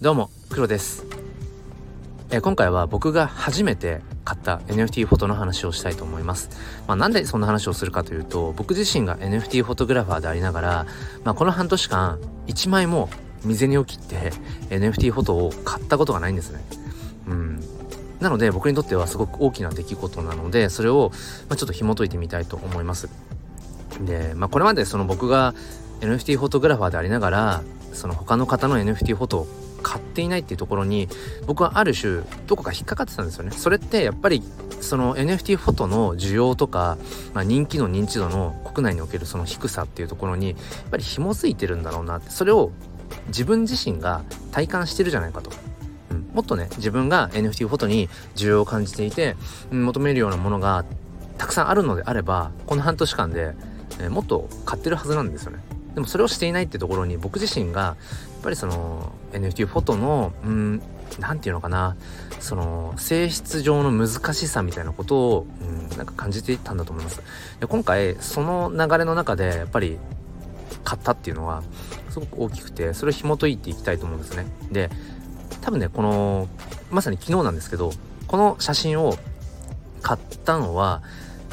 どうも黒です。今回は僕が初めて買った NFT フォトの話をしたいと思います。なんでそんな話をするかというと、僕自身が NFT フォトグラファーでありながら、この半年間1枚も身銭を切って NFT フォトを買ったことがないんですね。なので僕にとってはすごく大きな出来事なので、それをちょっと紐解いてみたいと思います。で、これまでその僕が NFT フォトグラファーでありながら、その他の方の NFT フォトを買っていないっていうところに僕はある種どこか引っかかってたんですよね。それってやっぱりその NFT フォトの需要とか、人気の認知度の国内におけるその低さっていうところにやっぱり紐づいてるんだろうなって、それを自分自身が体感してるじゃないかと。もっとね、自分が NFT フォトに需要を感じていて、求めるようなものがたくさんあるのであれば、この半年間で、もっと買ってるはずなんですよね。でもそれをしていないってところに、僕自身がやっぱりその NFT フォトのなんていうのかな、その性質上の難しさみたいなことをなんか感じていたんだと思います。で、今回その流れの中でやっぱり買ったっていうのはすごく大きくて、それを紐解いていきたいと思うんですね。で、多分ね、このまさに昨日なんですけど、この写真を買ったのは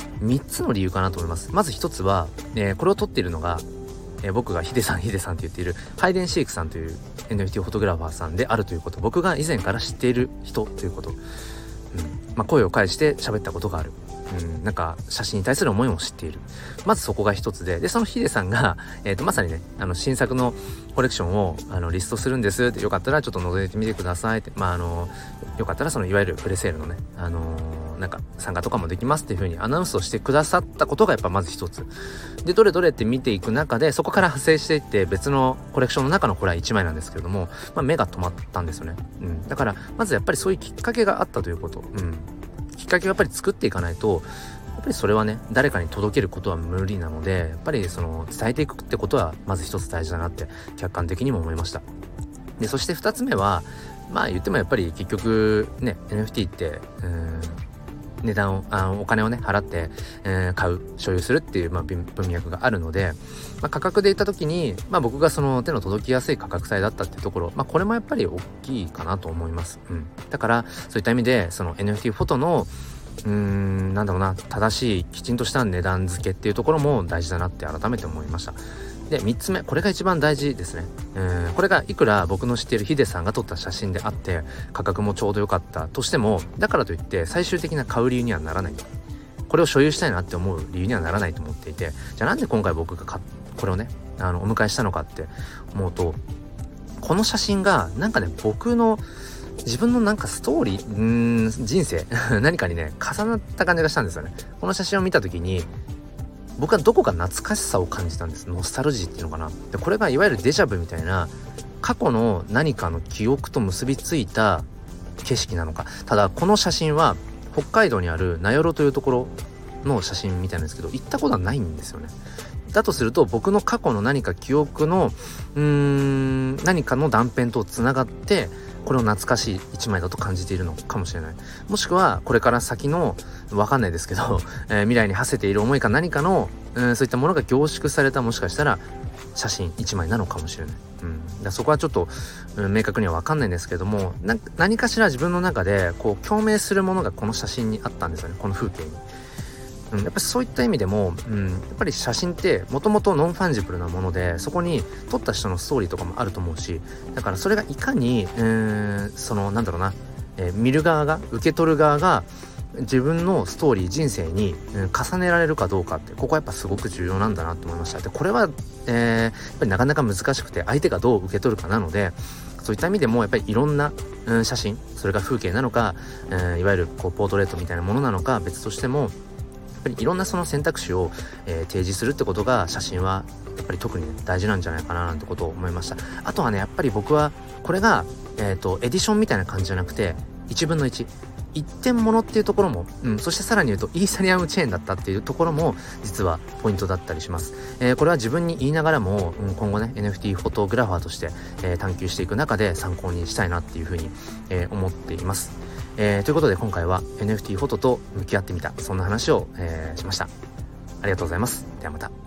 3つの理由かなと思います。まず1つは、これを撮っているのが僕がヒデさんって言っているハイデンシークさんという NFT フォトグラファーさんであるということ、僕が以前から知っている人ということ、声を介して喋ったことがある、なんか写真に対する思いも知っている。まずそこが一つで、そのヒデさんが、まさにね、新作のコレクションをリストするんですって、よかったらちょっと覗いてみてくださいって、よかったらそのいわゆるプレセールのね、なんか参加とかもできますっていう風にアナウンスをしてくださったことがやっぱまず一つで、どれどれって見ていく中で、そこから派生していって別のコレクションの中のこれは1枚なんですけれども、目が止まったんですよね。だからまずやっぱりそういうきっかけがあったということ、きっかけをやっぱり作っていかないと、やっぱりそれはね、誰かに届けることは無理なので、やっぱりその伝えていくってことはまず一つ大事だなって客観的にも思いました。で、そして2つ目は、言ってもやっぱり結局ね、 NFT って値段をお金をね払って、買う、所有するっていう、文脈があるので、価格で言った時に、僕がその手の届きやすい価格帯だったっていうところ、これもやっぱり大きいかなと思います。だからそういった意味でその NFT フォトのなんだろうな、正しいきちんとした値段付けっていうところも大事だなって改めて思いました。で、3つ目、これが一番大事ですね。これがいくら僕の知っているヒデさんが撮った写真であって価格もちょうど良かったとしても、だからといって最終的な買う理由にはならない、これを所有したいなって思う理由にはならないと思っていて、じゃあなんで今回僕がこれをねお迎えしたのかって思うと、この写真がなんかね、僕の自分のなんかストーリー人生何かにね重なった感じがしたんですよね。この写真を見た時に僕はどこか懐かしさを感じたんです。ノスタルジーっていうのかな。で、これがいわゆるデジャブみたいな過去の何かの記憶と結びついた景色なのか。ただこの写真は北海道にある名寄というところの写真みたいなんですけど、行ったことはないんですよね。だとすると僕の過去の何か記憶の何かの断片とつながってこれを懐かしい一枚だと感じているのかもしれない。もしくはこれから先のわかんないですけど、未来に馳せている思いか何かのそういったものが凝縮された、もしかしたら写真一枚なのかもしれない。だそこはちょっと、明確にはわかんないんですけども、何かしら自分の中でこう共鳴するものがこの写真にあったんですよね、この風景に。やっぱりそういった意味でも、やっぱり写真ってもともとノンファンジブルなもので、そこに撮った人のストーリーとかもあると思うし、だからそれがいかにそのなんだろうな、見る側が、受け取る側が自分のストーリー、人生に、重ねられるかどうかって、ここはやっぱすごく重要なんだなと思いました。で、これは、やっぱりなかなか難しくて、相手がどう受け取るかなので、そういった意味でもやっぱりいろんな、写真、それが風景なのか、いわゆるこうポートレートみたいなものなのか別としても、やっぱりいろんなその選択肢を、提示するってことが写真はやっぱり特に、大事なんじゃないかななんてことを思いました。あとはね、やっぱり僕はこれが、エディションみたいな感じじゃなくて1分の1一点物っていうところも、そしてさらに言うとイーサリアムチェーンだったっていうところも実はポイントだったりします。これは自分に言いながらも、今後ね NFT フォトグラファーとして、探求していく中で参考にしたいなっていうふうに、思っています。ということで今回は NFT フォトと向き合ってみた、そんな話を、しました。ありがとうございます。ではまた。